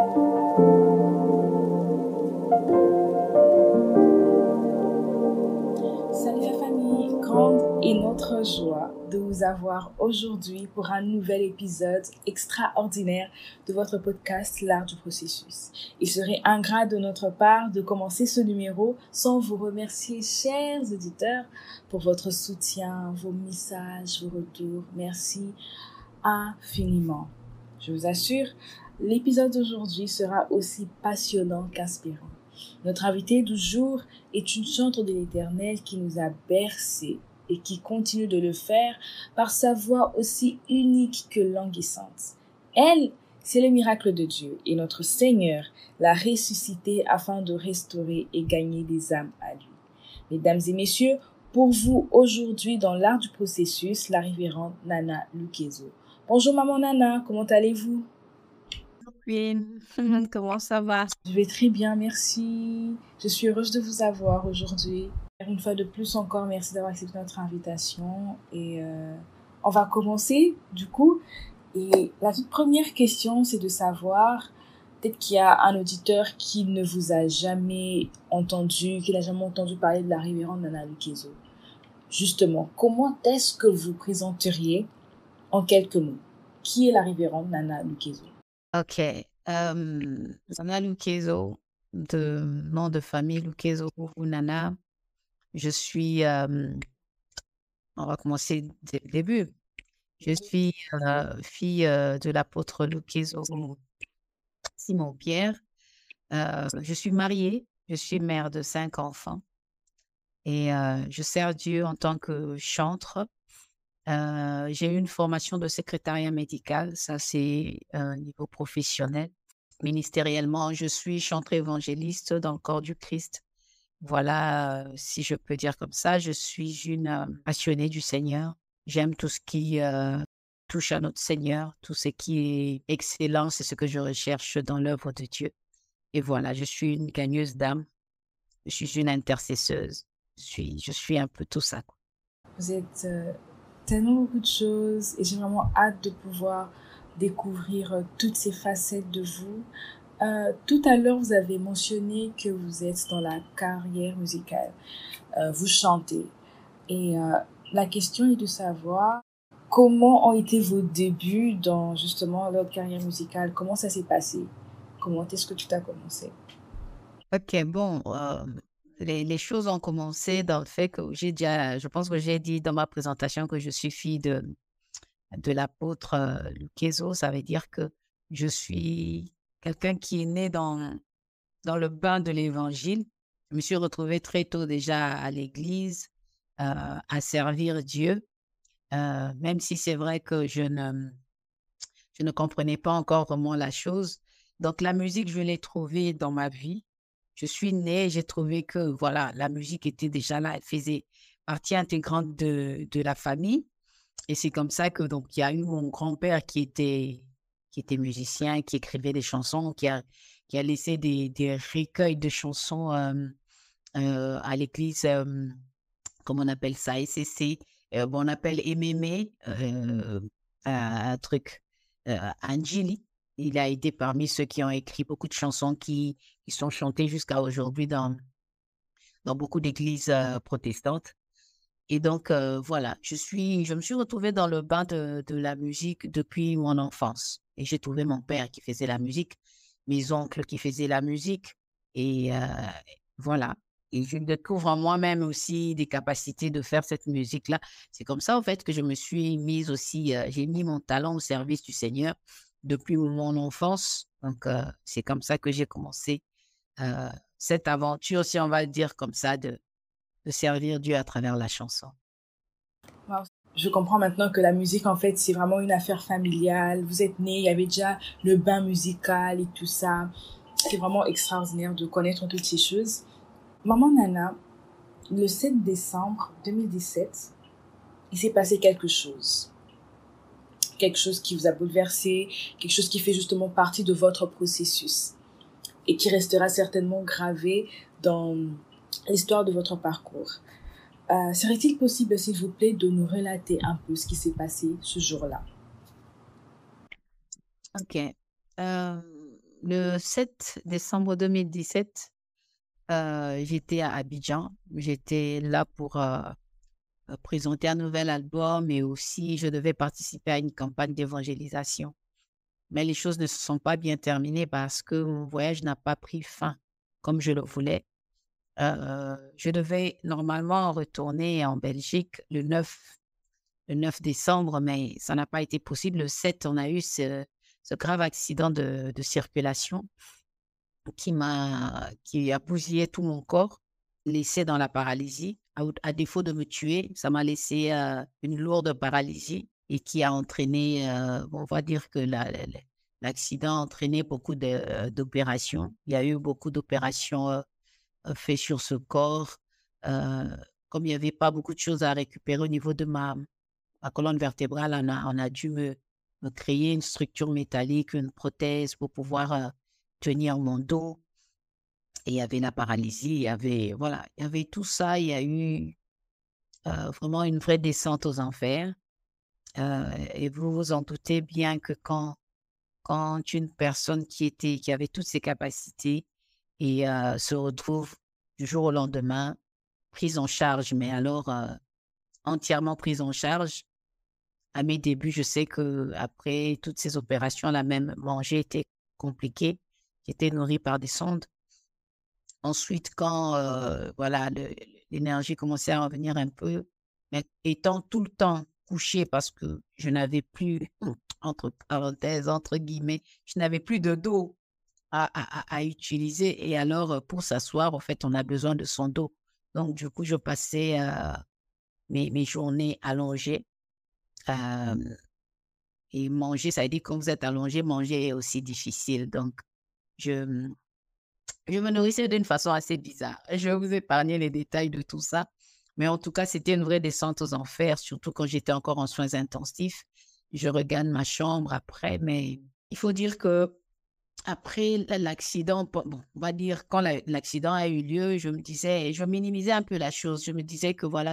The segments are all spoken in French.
Salut la famille, grande est notre joie de vous avoir aujourd'hui pour un nouvel épisode extraordinaire de votre podcast L'Art du Processus. Il serait ingrat de notre part de commencer ce numéro sans vous remercier, chers auditeurs, pour votre soutien, vos messages, vos retours. Merci infiniment. Je vous assure, l'épisode d'aujourd'hui sera aussi passionnant qu'inspirant. Notre invitée du jour est une chantre de l'Éternel qui nous a bercés et qui continue de le faire par sa voix aussi unique que languissante. Elle, c'est le miracle de Dieu et notre Seigneur l'a ressuscitée afin de restaurer et gagner des âmes à lui. Mesdames et messieurs, pour vous aujourd'hui dans l'art du processus, la révérende Nana Lukezo. Bonjour maman Nana, comment allez-vous? Oui, comment ça va? Je vais très bien, merci. Je suis heureuse de vous avoir aujourd'hui. Une fois de plus encore, merci d'avoir accepté notre invitation. Et on va commencer du coup. Et la toute première question, c'est de savoir, peut-être qu'il y a un auditeur qui ne vous a jamais entendu, qui n'a jamais entendu parler de la révérende Nana Lukezo. Justement, comment est-ce que vous présenteriez en quelques mots qui est la révérende Nana Lukezo? Ok. Nana Lukezo, de nom de famille Lukezo ou Nana. Je suis, on va commencer dès le début. Je suis fille de l'apôtre Lukezo Simon-Pierre. Je suis mariée, je suis mère de 5 enfants et je sers Dieu en tant que chantre. J'ai eu une formation de secrétariat médical, ça c'est un niveau professionnel. Ministériellement, je suis chantre évangéliste dans le corps du Christ. Voilà, si je peux dire comme ça, je suis une passionnée du Seigneur. J'aime tout ce qui touche à notre Seigneur, tout ce qui est excellent, c'est ce que je recherche dans l'œuvre de Dieu. Et voilà, je suis une gagneuse d'âme, je suis une intercesseuse, je suis un peu tout ça, quoi. Vous êtes tellement beaucoup de choses et j'ai vraiment hâte de pouvoir découvrir toutes ces facettes de vous. Tout à l'heure, vous avez mentionné que vous êtes dans la carrière musicale. Vous chantez. Et la question est de savoir comment ont été vos débuts dans justement votre carrière musicale. Comment ça s'est passé? Comment est-ce que tout a commencé? Ok, bon, les choses ont commencé dans le fait que je pense que j'ai dit dans ma présentation que je suis fille de l'apôtre Lukezo. Ça veut dire que je suis quelqu'un qui est né dans le bain de l'évangile. Je me suis retrouvée très tôt déjà à l'église, à servir Dieu, même si c'est vrai que je ne comprenais pas encore vraiment la chose. Donc la musique, je l'ai trouvée dans ma vie. Je suis née, j'ai trouvé que voilà, la musique était déjà là, elle faisait partie intégrante de la famille. Et c'est comme ça que donc il y a eu mon grand-père qui était musicien, qui écrivait des chansons, qui a laissé des recueils de chansons à l'église, comment on appelle ça, SCC, bon, on appelle Ememe, un truc, Anjili. Il a été parmi ceux qui ont écrit beaucoup de chansons qui sont chantées jusqu'à aujourd'hui dans beaucoup d'églises protestantes. Et donc, voilà, je me suis retrouvée dans le bain de la musique depuis mon enfance. Et j'ai trouvé mon père qui faisait la musique, mes oncles qui faisaient la musique. Et voilà. Et je découvre en moi-même aussi des capacités de faire cette musique-là. C'est comme ça, en fait, que je me suis mise aussi, j'ai mis mon talent au service du Seigneur depuis mon enfance. Donc, c'est comme ça que j'ai commencé euh, cette aventure, si on va le dire comme ça, de servir Dieu à travers la chanson. Wow. Je comprends maintenant que la musique, en fait, c'est vraiment une affaire familiale. Vous êtes nés, il y avait déjà le bain musical et tout ça. C'est vraiment extraordinaire de connaître toutes ces choses. Maman Nana, le 7 décembre 2017, il s'est passé quelque chose. Quelque chose qui vous a bouleversé, quelque chose qui fait justement partie de votre processus et qui restera certainement gravé dans l'histoire de votre parcours. Serait-il possible, s'il vous plaît, de nous relater un peu ce qui s'est passé ce jour-là? Ok. Euh, le 7 décembre 2017, j'étais à Abidjan. J'étais là pour présenter un nouvel album et aussi je devais participer à une campagne d'évangélisation. Mais les choses ne se sont pas bien terminées parce que mon voyage n'a pas pris fin comme je le voulais. Je devais normalement retourner en Belgique le 9 décembre, mais ça n'a pas été possible. Le 7, on a eu ce grave accident de circulation qui a bousillé tout mon corps, laissé dans la paralysie. À défaut de me tuer, ça m'a laissé une lourde paralysie et qui a entraîné, on va dire que l'accident a entraîné beaucoup d'opérations. Il y a eu beaucoup d'opérations faites sur ce corps. Euh, Comme il n'y avait pas beaucoup de choses à récupérer au niveau de ma colonne vertébrale, on a dû me créer une structure métallique, une prothèse pour pouvoir tenir mon dos. Et il y avait la paralysie, il y avait tout ça. Il y a eu vraiment une vraie descente aux enfers. Et vous vous en doutez bien que quand une personne qui avait toutes ses capacités et se retrouve du jour au lendemain prise en charge, mais alors entièrement prise en charge. À mes débuts, je sais que après toutes ces opérations, là même manger était compliqué. J'étais nourrie par des sondes. Ensuite, quand voilà, l'énergie commençait à revenir un peu, mais étant tout le temps couchée parce que je n'avais plus, entre parenthèses, entre guillemets, je n'avais plus de dos à utiliser. Et alors, pour s'asseoir, en fait, on a besoin de son dos. Donc, du coup, je passais mes journées allongées. euh, et manger, ça veut dire quand vous êtes allongé, manger est aussi difficile. Donc, je, je me nourrissais d'une façon assez bizarre. Je vais vous épargner les détails de tout ça. Mais en tout cas, c'était une vraie descente aux enfers, surtout quand j'étais encore en soins intensifs. Je regagne ma chambre après, mais il faut dire que après l'accident, bon, on va dire quand l'accident a eu lieu, je me disais, je minimisais un peu la chose. Je me disais que voilà,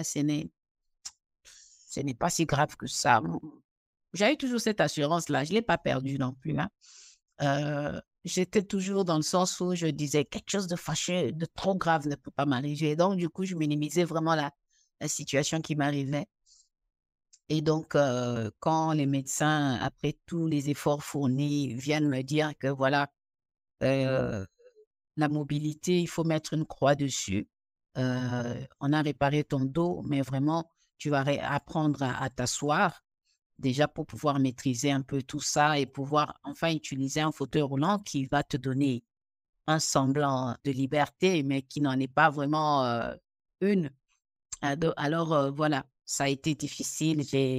ce n'est pas si grave que ça. J'avais toujours cette assurance-là. Je ne l'ai pas perdue non plus, hein. J'étais toujours dans le sens où je disais quelque chose de fâcheux, de trop grave ne peut pas m'arriver. Donc, du coup, je minimisais vraiment la situation qui m'arrivait. Et donc, quand les médecins, après tous les efforts fournis, viennent me dire que voilà, euh, la mobilité, il faut mettre une croix dessus. On a réparé ton dos, mais vraiment, tu vas apprendre à t'asseoir déjà pour pouvoir maîtriser un peu tout ça et pouvoir enfin utiliser un fauteuil roulant qui va te donner un semblant de liberté, mais qui n'en est pas vraiment une. Alors, voilà, ça a été difficile.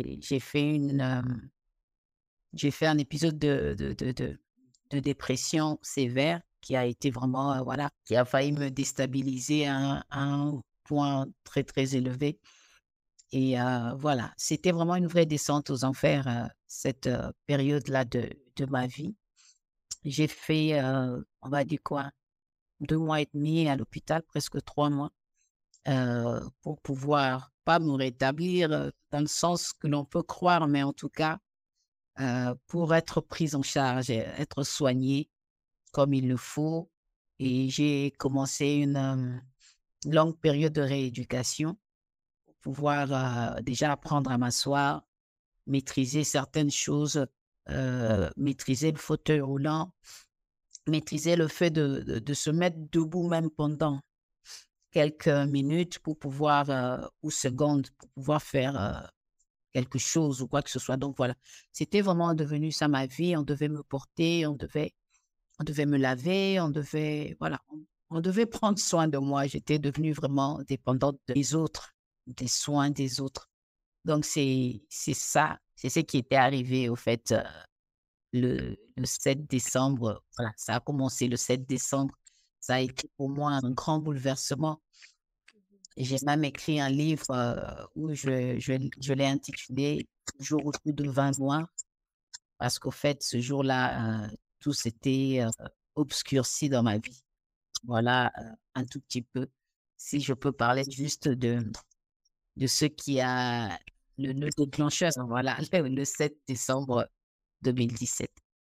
J'ai fait un épisode de dépression sévère qui a été vraiment, voilà, qui a failli me déstabiliser à un point très, très élevé. Et voilà, c'était vraiment une vraie descente aux enfers, cette période-là de ma vie. J'ai fait, on va dire quoi, 2 mois et demi à l'hôpital, presque 3 mois, pour pouvoir pas me rétablir dans le sens que l'on peut croire, mais en tout cas, pour être prise en charge et être soignée comme il le faut. Et j'ai commencé une longue période de rééducation pour pouvoir déjà apprendre à m'asseoir, maîtriser certaines choses, maîtriser le fauteuil roulant, maîtriser le fait de se mettre debout même pendant quelques minutes pour pouvoir, ou secondes, pour pouvoir faire quelque chose ou quoi que ce soit. Donc voilà, c'était vraiment devenu ça ma vie. On devait me porter, on devait me laver, voilà, on devait prendre soin de moi. J'étais devenue vraiment dépendante des autres, des soins des autres. Donc c'est ça, c'est ce qui était arrivé au fait le 7 décembre. Voilà, ça a commencé le 7 décembre. Ça a été pour moi un grand bouleversement. J'ai même écrit un livre où je l'ai intitulé Jour autour de 20 mois, parce qu'au fait, ce jour-là, tout s'était obscurci dans ma vie. Voilà, un tout petit peu. Si je peux parler juste de ce qui a le déclencheur, voilà, le 7 décembre 2017.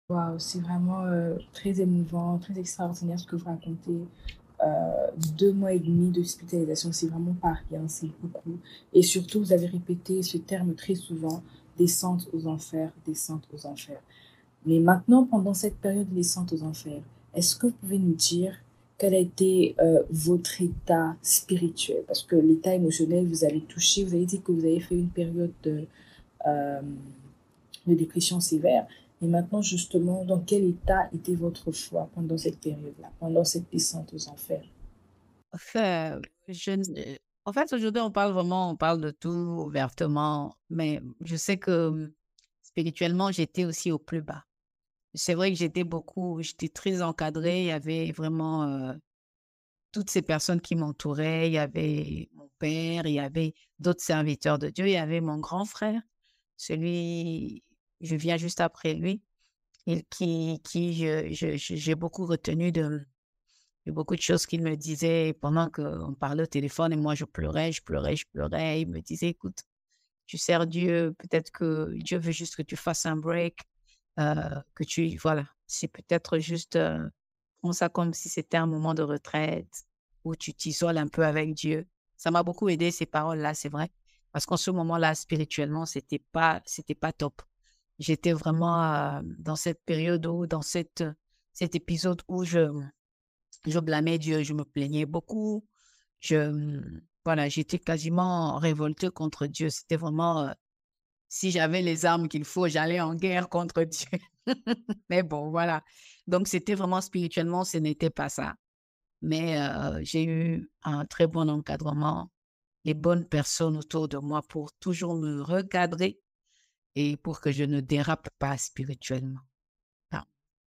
Waouh, c'est vraiment très émouvant, très extraordinaire ce que vous racontez. 2 mois et demi d'hospitalisation, c'est vraiment pas rien, c'est beaucoup. Et surtout, vous avez répété ce terme très souvent, descente aux enfers, descente aux enfers. Mais maintenant, pendant cette période de descente aux enfers, est-ce que vous pouvez nous dire quel a été votre état spirituel? Parce que l'état émotionnel, vous avez touché, vous avez dit que vous avez fait une période euh, de dépression sévère. Et maintenant, justement, dans quel état était votre foi pendant cette période-là, pendant cette descente aux enfers? Enfin, en fait, aujourd'hui, on parle de tout ouvertement, mais je sais que spirituellement, j'étais aussi au plus bas. C'est vrai que j'étais très encadrée, il y avait vraiment toutes ces personnes qui m'entouraient, il y avait mon père, il y avait d'autres serviteurs de Dieu, il y avait mon grand frère, celui, je viens juste après lui, et qui j'ai beaucoup retenu de beaucoup de choses qu'il me disait pendant qu'on parlait au téléphone et moi je pleurais, je pleurais, je pleurais. Il me disait, écoute, tu sers Dieu, peut-être que Dieu veut juste que tu fasses un break, voilà, c'est peut-être juste, prends ça comme si c'était un moment de retraite où tu t'isoles un peu avec Dieu. Ça m'a beaucoup aidé ces paroles-là, c'est vrai, parce qu'en ce moment-là, spirituellement, c'était pas top. J'étais vraiment dans cette période où, cet épisode où je blâmais Dieu, je me plaignais beaucoup. Voilà, j'étais quasiment révoltée contre Dieu. C'était vraiment, si j'avais les armes qu'il faut, j'allais en guerre contre Dieu. Mais bon, voilà. Donc, c'était vraiment spirituellement, ce n'était pas ça. Mais j'ai eu un très bon encadrement, les bonnes personnes autour de moi pour toujours me recadrer et pour que je ne dérape pas spirituellement. Ah.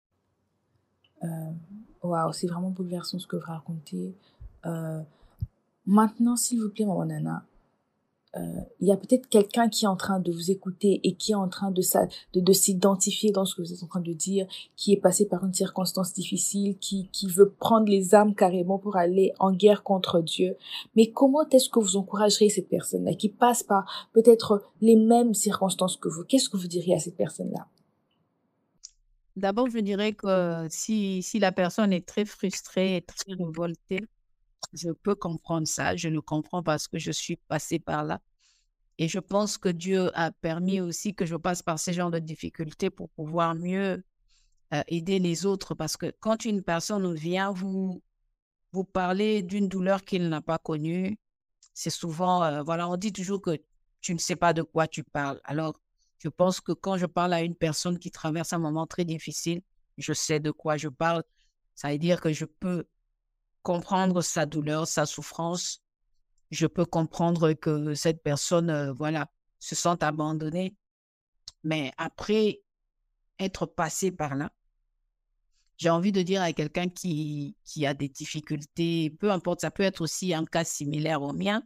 Waouh, c'est vraiment bouleversant ce que vous racontez. Euh, Maintenant, s'il vous plaît, maman Nana, il y a peut-être quelqu'un qui est en train de vous écouter et qui est en train de s'identifier dans ce que vous êtes en train de dire, qui est passé par une circonstance difficile, qui veut prendre les armes carrément pour aller en guerre contre Dieu. Mais comment est-ce que vous encouragerez cette personne-là qui passe par peut-être les mêmes circonstances que vous? Qu'est-ce que vous diriez à cette personne-là? D'abord, je dirais que si la personne est très frustrée et très révoltée, je peux comprendre ça. Je le comprends parce que je suis passée par là. Et je pense que Dieu a permis aussi que je passe par ces genres de difficultés pour pouvoir mieux aider les autres. Parce que quand une personne vient vous parler d'une douleur qu'il n'a pas connue, c'est souvent, voilà, on dit toujours que tu ne sais pas de quoi tu parles. Alors, je pense que quand je parle à une personne qui traverse un moment très difficile, je sais de quoi je parle. Ça veut dire que je peux comprendre sa douleur, sa souffrance. Je peux comprendre que cette personne, voilà, se sent abandonnée. Mais après être passé par là, j'ai envie de dire à quelqu'un qui a des difficultés, peu importe, ça peut être aussi un cas similaire au mien,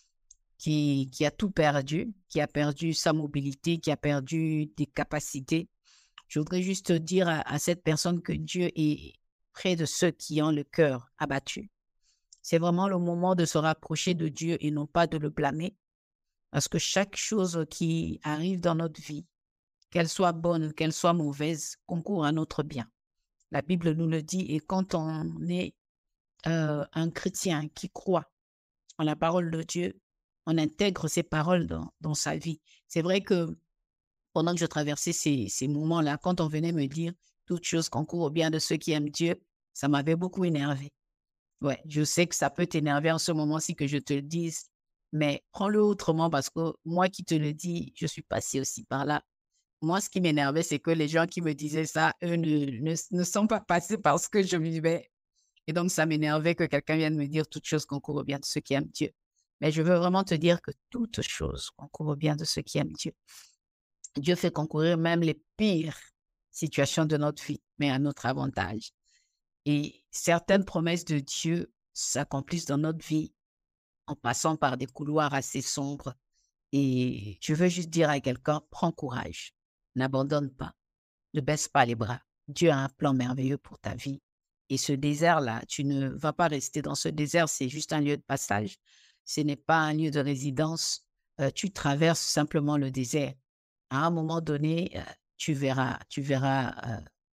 qui a tout perdu, qui a perdu sa mobilité, qui a perdu des capacités. Je voudrais juste dire à cette personne que Dieu est près de ceux qui ont le cœur abattu. C'est vraiment le moment de se rapprocher de Dieu et non pas de le blâmer, parce que chaque chose qui arrive dans notre vie, qu'elle soit bonne, qu'elle soit mauvaise, concourt à notre bien. La Bible nous le dit, et quand on est un chrétien qui croit en la parole de Dieu, on intègre ces paroles dans sa vie. C'est vrai que pendant que je traversais ces moments-là, quand on venait me dire toutes choses concourent au bien de ceux qui aiment Dieu, ça m'avait beaucoup énervé. Ouais, je sais que ça peut t'énerver en ce moment-ci que je te le dise, mais prends-le autrement parce que moi qui te le dis, je suis passée aussi par là. Moi, ce qui m'énervait, c'est que les gens qui me disaient ça, eux, ne sont pas passés par ce que je vivais. Et donc, ça m'énervait que quelqu'un vienne me dire toutes choses concourent au bien de ceux qui aiment Dieu. Mais je veux vraiment te dire que toutes choses concourent au bien de ceux qui aiment Dieu. Dieu fait concourir même les pires situations de notre vie, mais à notre avantage. Et certaines promesses de Dieu s'accomplissent dans notre vie en passant par des couloirs assez sombres. Et je veux juste dire à quelqu'un, prends courage, n'abandonne pas, ne baisse pas les bras. Dieu a un plan merveilleux pour ta vie. Et ce désert-là, tu ne vas pas rester dans ce désert, c'est juste un lieu de passage. Ce n'est pas un lieu de résidence. Tu traverses simplement le désert. À un moment donné, tu verras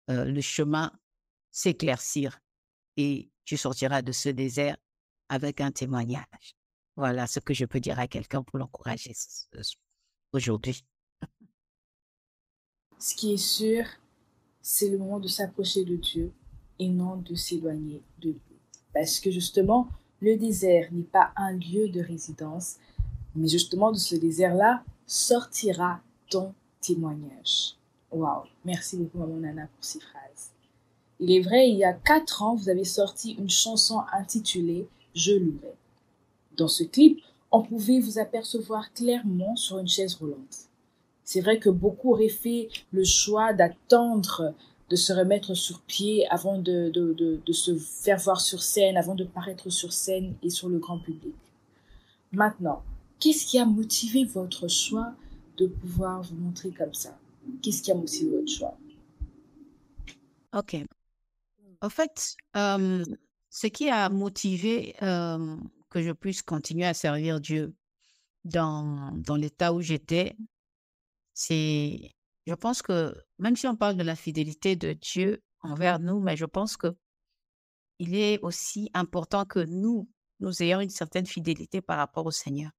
le chemin s'éclaircir et tu sortiras de ce désert avec un témoignage. Voilà ce que je peux dire à quelqu'un pour l'encourager aujourd'hui. Ce qui est sûr, c'est le moment de s'approcher de Dieu et non de s'éloigner de lui. Parce que justement, le désert n'est pas un lieu de résidence, mais justement de ce désert-là sortira ton témoignage. Waouh, merci beaucoup Maman Nana pour ces phrases. Il est vrai, il y a 4 ans, vous avez sorti une chanson intitulée « Je louerai ». Dans ce clip, on pouvait vous apercevoir clairement sur une chaise roulante. C'est vrai que beaucoup auraient fait le choix d'attendre de se remettre sur pied avant de se faire voir sur scène, avant de paraître sur scène et sur le grand public. Maintenant, qu'est-ce qui a motivé votre choix de pouvoir vous montrer comme ça? Qu'est-ce qui a motivé votre choix? Ok. En fait, ce qui a motivé que je puisse continuer à servir Dieu dans l'état où j'étais, c'est, je pense que même si on parle de la fidélité de Dieu envers nous, mais je pense que il est aussi important que nous ayons une certaine fidélité par rapport au Seigneur.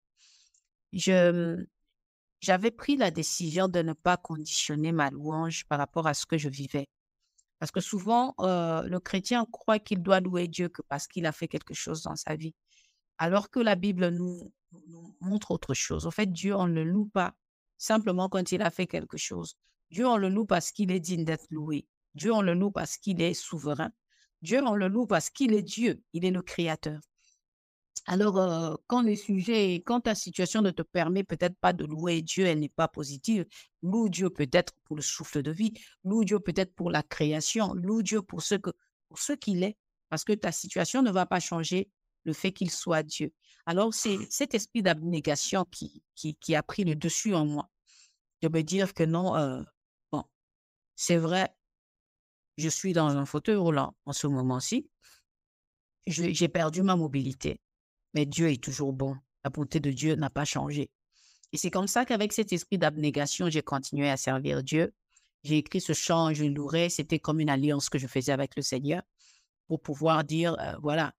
Je, J'avais pris la décision de ne pas conditionner ma louange par rapport à ce que je vivais. Parce que souvent, le chrétien croit qu'il doit louer Dieu que parce qu'il a fait quelque chose dans sa vie. Alors que la Bible nous montre autre chose. En fait, Dieu, on ne le loue pas simplement quand il a fait quelque chose. Dieu, on le loue parce qu'il est digne d'être loué. Dieu, on le loue parce qu'il est souverain. Dieu, on le loue parce qu'il est Dieu. Il est le Créateur. Alors, quand ta situation ne te permet peut-être pas de louer Dieu, elle n'est pas positive, loue Dieu peut-être pour le souffle de vie, loue Dieu peut-être pour la création, loue Dieu pour ce qu'il est, parce que ta situation ne va pas changer le fait qu'il soit Dieu. Alors, c'est cet esprit d'abnégation qui a pris le dessus en moi, de me dire que non, bon, c'est vrai, je suis dans un fauteuil roulant en ce moment-ci, j'ai perdu ma mobilité. Mais Dieu est toujours bon. La bonté de Dieu n'a pas changé. Et c'est comme ça qu'avec cet esprit d'abnégation, j'ai continué à servir Dieu. J'ai écrit ce chant, je louerai. C'était comme une alliance que je faisais avec le Seigneur pour pouvoir dire, voilà,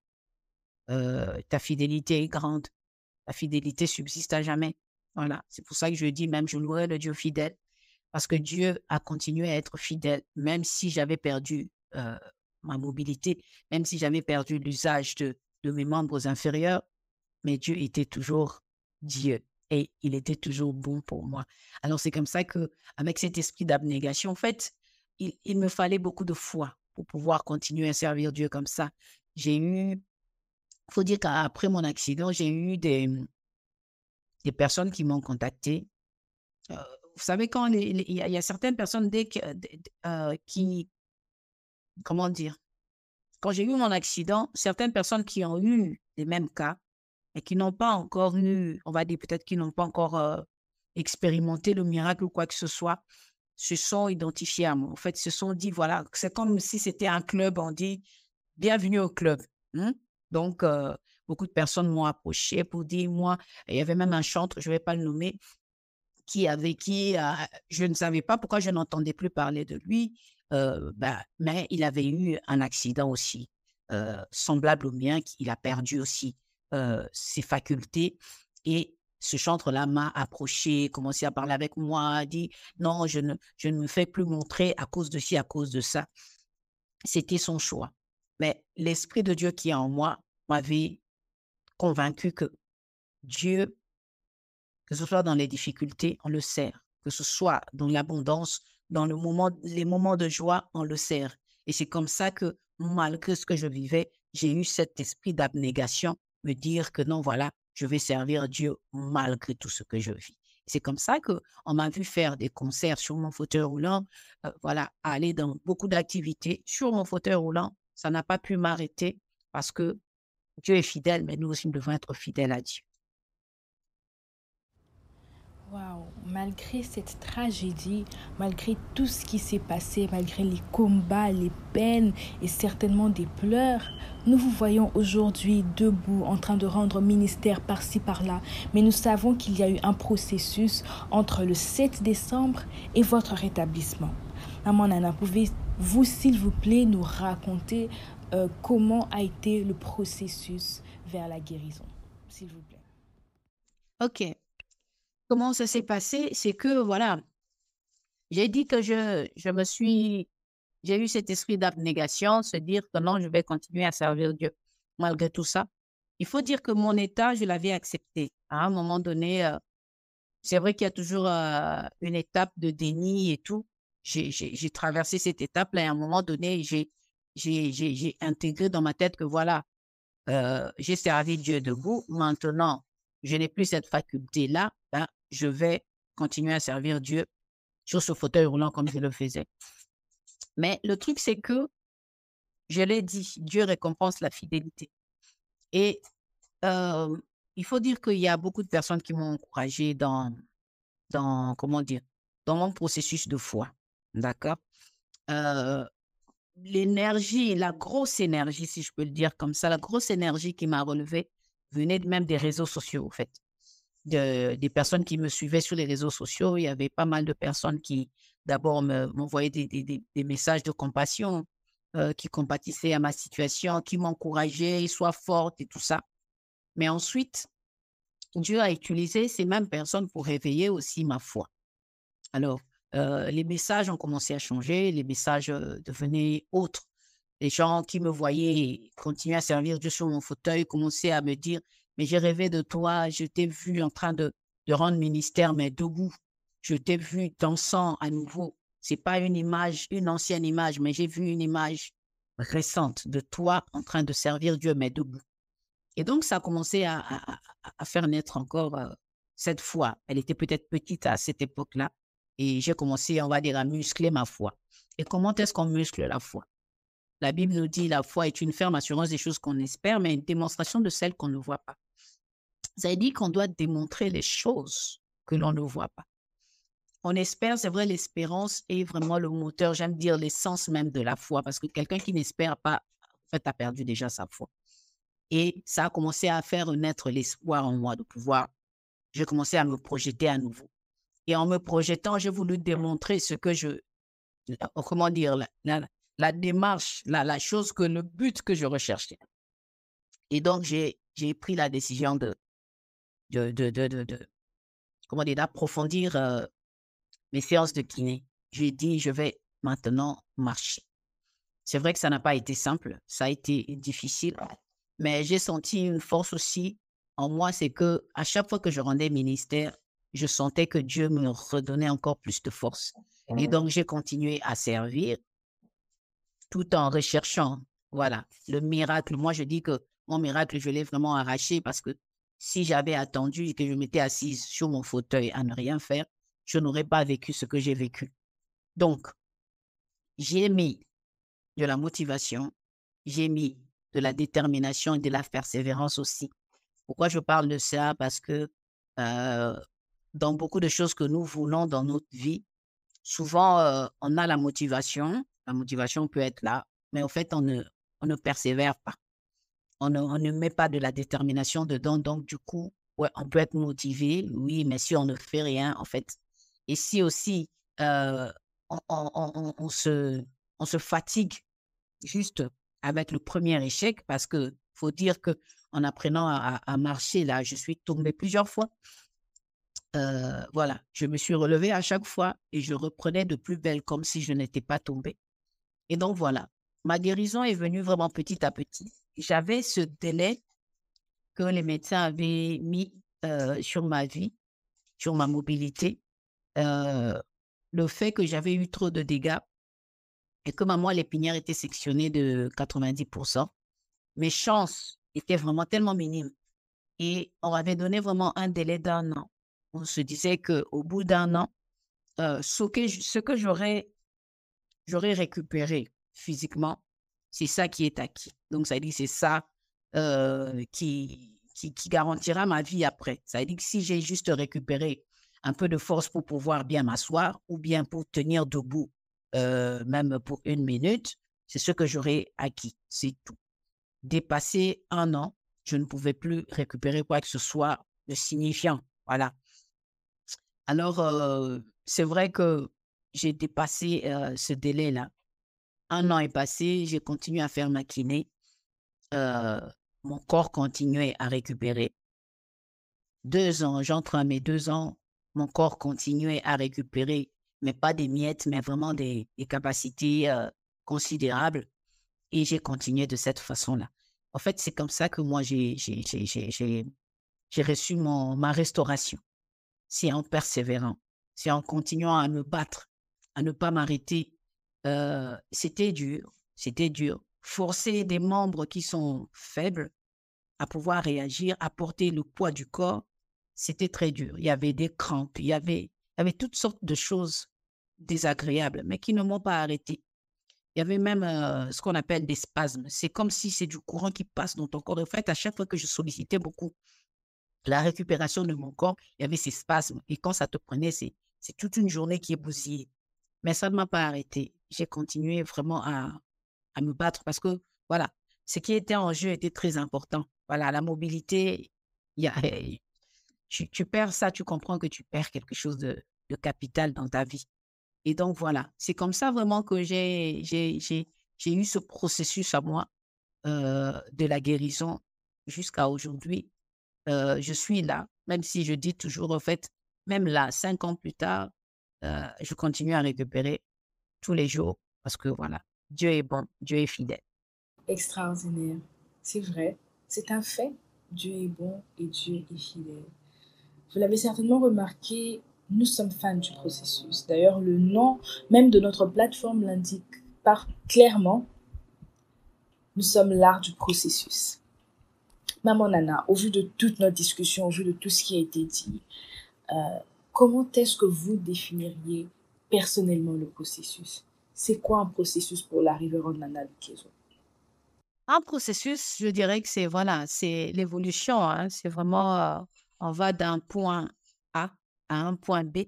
ta fidélité est grande. Ta fidélité subsiste à jamais. Voilà. C'est pour ça que je dis même, je louerai le Dieu fidèle. Parce que Dieu a continué à être fidèle, même si j'avais perdu ma mobilité, même si j'avais perdu l'usage de mes membres inférieurs, mais Dieu était toujours Dieu et il était toujours bon pour moi. Alors, c'est comme ça que, avec cet esprit d'abnégation, en fait, il me fallait beaucoup de foi pour pouvoir continuer à servir Dieu comme ça. Il faut dire qu'après mon accident, j'ai eu des personnes qui m'ont contacté. Vous savez, quand il y a certaines personnes qui, comment dire, quand j'ai eu mon accident, certaines personnes qui ont eu les mêmes cas et qui n'ont pas encore eu, on va dire peut-être qu'ils n'ont pas encore expérimenté le miracle ou quoi que ce soit, se sont identifiés à moi. En fait, se sont dit, voilà, c'est comme si c'était un club, on dit, bienvenue au club. Hein? Donc, beaucoup de personnes m'ont approché pour dire, moi, il y avait même un chantre, je ne vais pas le nommer, je ne savais pas pourquoi je n'entendais plus parler de lui, mais il avait eu un accident aussi, semblable au mien, qu'il a perdu aussi ses facultés. Et ce chantre-là m'a approché, commencé à parler avec moi, a dit non, je ne me fais plus montrer à cause de ci, à cause de ça. C'était son choix. Mais l'Esprit de Dieu qui est en moi m'avait convaincu que Dieu, que ce soit dans les difficultés, on le sert. Que ce soit dans l'abondance, dans les moments de joie, on le sert. Et c'est comme ça que, malgré ce que je vivais, j'ai eu cet esprit d'abnégation, me dire que non, voilà, je vais servir Dieu malgré tout ce que je vis. C'est comme ça qu'on m'a vu faire des concerts sur mon fauteuil roulant, voilà, aller dans beaucoup d'activités sur mon fauteuil roulant. Ça n'a pas pu m'arrêter parce que Dieu est fidèle, mais nous aussi, nous devons être fidèles à Dieu. Waouh, malgré cette tragédie, malgré tout ce qui s'est passé, malgré les combats, les peines et certainement des pleurs, nous vous voyons aujourd'hui debout en train de rendre ministère par-ci par-là. Mais nous savons qu'il y a eu un processus entre le 7 décembre et votre rétablissement. Maman Nana, pouvez-vous, s'il vous plaît, nous raconter comment a été le processus vers la guérison, s'il vous plaît? OK. Comment ça s'est passé? C'est que, voilà, j'ai dit que j'ai eu cet esprit d'abnégation, se dire que non, je vais continuer à servir Dieu malgré tout ça. Il faut dire que mon état, je l'avais accepté. À un moment donné, c'est vrai qu'il y a toujours une étape de déni et tout. J'ai traversé cette étape-là et à un moment donné, j'ai intégré dans ma tête que voilà, j'ai servi Dieu debout. Maintenant, je n'ai plus cette faculté-là. Ben, je vais continuer à servir Dieu sur ce fauteuil roulant comme je le faisais. Mais le truc, c'est que, je l'ai dit, Dieu récompense la fidélité. Et euh, il faut dire qu'il y a beaucoup de personnes qui m'ont encouragé comment dire, dans mon processus de foi. D'accord? Euh, L'énergie, la grosse énergie, si je peux le dire comme ça, la grosse énergie qui m'a relevé venait même des réseaux sociaux, en fait. Des personnes qui me suivaient sur les réseaux sociaux. Il y avait pas mal de personnes qui, d'abord, m'envoyaient des messages de compassion, qui compatissaient à ma situation, qui m'encourageaient, sois forte et tout ça. Mais ensuite, Dieu a utilisé ces mêmes personnes pour réveiller aussi ma foi. Alors, les messages ont commencé à changer, les messages devenaient autres. Les gens qui me voyaient continuer à servir Dieu sur mon fauteuil commençaient à me dire, mais j'ai rêvé de toi, je t'ai vu en train de rendre ministère, mais debout. Je t'ai vu dansant à nouveau. C'est pas une image, une ancienne image, mais j'ai vu une image récente de toi en train de servir Dieu, mais debout. Et donc, ça a commencé à faire naître encore cette foi. Elle était peut-être petite à cette époque-là. Et j'ai commencé, on va dire, à muscler ma foi. Et comment est-ce qu'on muscle la foi? La Bible nous dit la foi est une ferme assurance des choses qu'on espère, mais une démonstration de celles qu'on ne voit pas. Ça veut dire qu'on doit démontrer les choses que l'on ne voit pas. On espère, c'est vrai, l'espérance est vraiment le moteur, j'aime dire l'essence même de la foi, parce que quelqu'un qui n'espère pas, en fait, a perdu déjà sa foi. Et ça a commencé à faire naître l'espoir en moi de pouvoir, j'ai commencé à me projeter à nouveau. Et en me projetant, j'ai voulu démontrer ce que comment dire, la démarche, la chose le but que je recherchais. Et donc, j'ai pris la décision comment dire, d'approfondir mes séances de kiné. J'ai dit, je vais maintenant marcher. C'est vrai que ça n'a pas été simple, ça a été difficile, mais j'ai senti une force aussi en moi, c'est que à chaque fois que je rendais ministère, je sentais que Dieu me redonnait encore plus de force. Et donc, j'ai continué à servir tout en recherchant, voilà, le miracle. Moi, je dis que mon miracle, je l'ai vraiment arraché parce que si j'avais attendu et que je m'étais assise sur mon fauteuil à ne rien faire, je n'aurais pas vécu ce que j'ai vécu. Donc, j'ai mis de la motivation, j'ai mis de la détermination et de la persévérance aussi. Pourquoi je parle de ça? Parce que dans beaucoup de choses que nous voulons dans notre vie, souvent on a la motivation. La motivation peut être là, mais en fait, on ne persévère pas. On ne met pas de la détermination dedans. Donc, du coup, ouais, on peut être motivé, oui, mais si on ne fait rien, en fait. Et si aussi euh, on se fatigue juste avec le premier échec, parce que faut dire que en apprenant à marcher, là, je suis tombée plusieurs fois. Voilà, je me suis relevée à chaque fois et je reprenais de plus belle comme si je n'étais pas tombée. Et donc voilà, ma guérison est venue vraiment petit à petit. J'avais ce délai que les médecins avaient mis sur ma vie, sur ma mobilité, euh, le fait que j'avais eu trop de dégâts et que ma moelle épinière était sectionnée de 90%. Mes chances étaient vraiment tellement minimes. Et on avait donné vraiment un délai d'1 an. On se disait qu'au bout d'1 an, ce que j'aurais récupéré physiquement, c'est ça qui est acquis. Donc, ça dit c'est ça qui garantira ma vie après. Ça veut dire que si j'ai juste récupéré un peu de force pour pouvoir bien m'asseoir ou bien pour tenir debout, même pour 1 minute, c'est ce que j'aurais acquis. C'est tout. Dépassé 1 an, je ne pouvais plus récupérer quoi que ce soit de signifiant. Voilà. Alors, c'est vrai que j'ai dépassé ce délai-là. 1 an est passé, j'ai continué à faire ma kiné. Euh, Mon corps continuait à récupérer. 2 ans, j'entre à mes 2 ans, mon corps continuait à récupérer, mais pas des miettes, mais vraiment des capacités considérables. Et j'ai continué de cette façon-là. En fait, c'est comme ça que moi, j'ai reçu ma restauration. C'est en persévérant, c'est en continuant à me battre, à ne pas m'arrêter. C'était dur, c'était dur. Forcer des membres qui sont faibles à pouvoir réagir, à porter le poids du corps, c'était très dur. Il y avait des crampes, il y avait toutes sortes de choses désagréables, mais qui ne m'ont pas arrêté. Il y avait même ce qu'on appelle des spasmes. C'est comme si c'est du courant qui passe dans ton corps. En fait, à chaque fois que je sollicitais beaucoup la récupération de mon corps, il y avait ces spasmes. Et quand ça te prenait, c'est toute une journée qui est bousillée. Mais ça ne m'a pas arrêté. J'ai continué vraiment à me battre parce que, voilà, ce qui était en jeu était très important. Voilà, la mobilité, il y a, tu perds ça, tu comprends que tu perds quelque chose de capital dans ta vie. Et donc, voilà, c'est comme ça vraiment que j'ai eu ce processus à moi de la guérison jusqu'à aujourd'hui. Je suis là, même si je dis toujours, en fait, même là, 5 ans plus tard, je continue à récupérer tous les jours parce que, voilà, Dieu est bon, Dieu est fidèle. Extraordinaire. C'est vrai, c'est un fait. Dieu est bon et Dieu est fidèle. Vous l'avez certainement remarqué, nous sommes fans du processus. D'ailleurs, le nom même de notre plateforme l'indique clairement. Nous sommes l'art du processus. Maman Nana, au vu de toute notre discussion, au vu de tout ce qui a été dit, comment est-ce que vous définiriez personnellement le processus? C'est quoi un processus pour la révérende Nana Lukezo? Un processus, je dirais que c'est, voilà, c'est l'évolution, hein. C'est vraiment, on va d'un point A à un point B.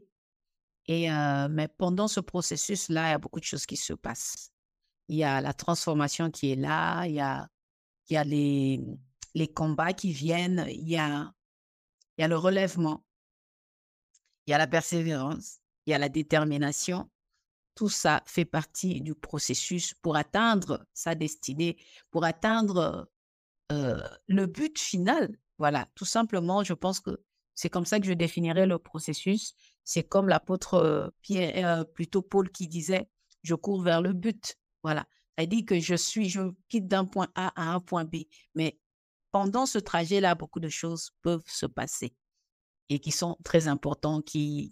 Mais pendant ce processus-là, il y a beaucoup de choses qui se passent. Il y a la transformation qui est là, il y a les combats qui viennent, il y a le relèvement, il y a la persévérance, il y a la détermination. Tout ça fait partie du processus pour atteindre sa destinée, pour atteindre le but final. Voilà, tout simplement, je pense que c'est comme ça que je définirais le processus. C'est comme l'apôtre Pierre, plutôt Paul qui disait, je cours vers le but. Voilà, elle dit que je quitte d'un point A à un point B. Mais pendant ce trajet-là, beaucoup de choses peuvent se passer et qui sont très importants,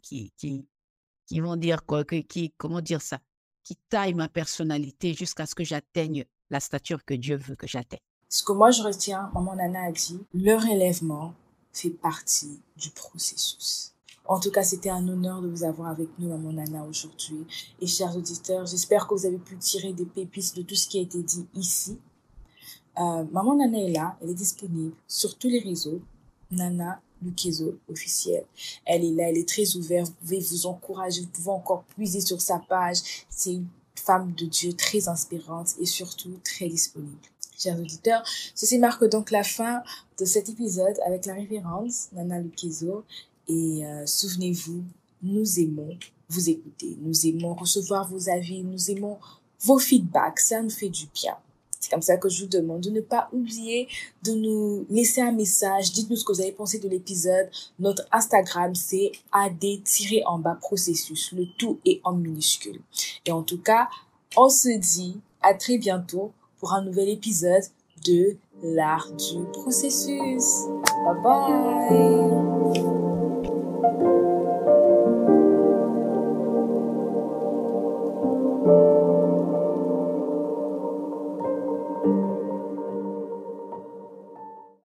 qui vont dire quoi, comment dire ça, qui taillent ma personnalité jusqu'à ce que j'atteigne la stature que Dieu veut que j'atteigne. Ce que moi je retiens, maman Nana a dit, le relèvement fait partie du processus. En tout cas, c'était un honneur de vous avoir avec nous, maman Nana, aujourd'hui. Et chers auditeurs, j'espère que vous avez pu tirer des pépites de tout ce qui a été dit ici. Maman Nana est là, elle est disponible sur tous les réseaux. Nana Lukezo officiel. Elle est là, elle est très ouverte. Vous pouvez vous encourager, vous pouvez encore puiser sur sa page. C'est une femme de Dieu très inspirante et surtout très disponible. Chers auditeurs, ceci marque donc la fin de cet épisode avec la révérence Nana Lukezo. Et souvenez-vous, nous aimons vous écouter, nous aimons recevoir vos avis, nous aimons vos feedbacks, ça nous fait du bien. C'est comme ça que je vous demande de ne pas oublier de nous laisser un message. Dites-nous ce que vous avez pensé de l'épisode. Notre Instagram, c'est ad-processus. Le tout est en minuscule. Et en tout cas, on se dit à très bientôt pour un nouvel épisode de l'art du processus. Bye bye!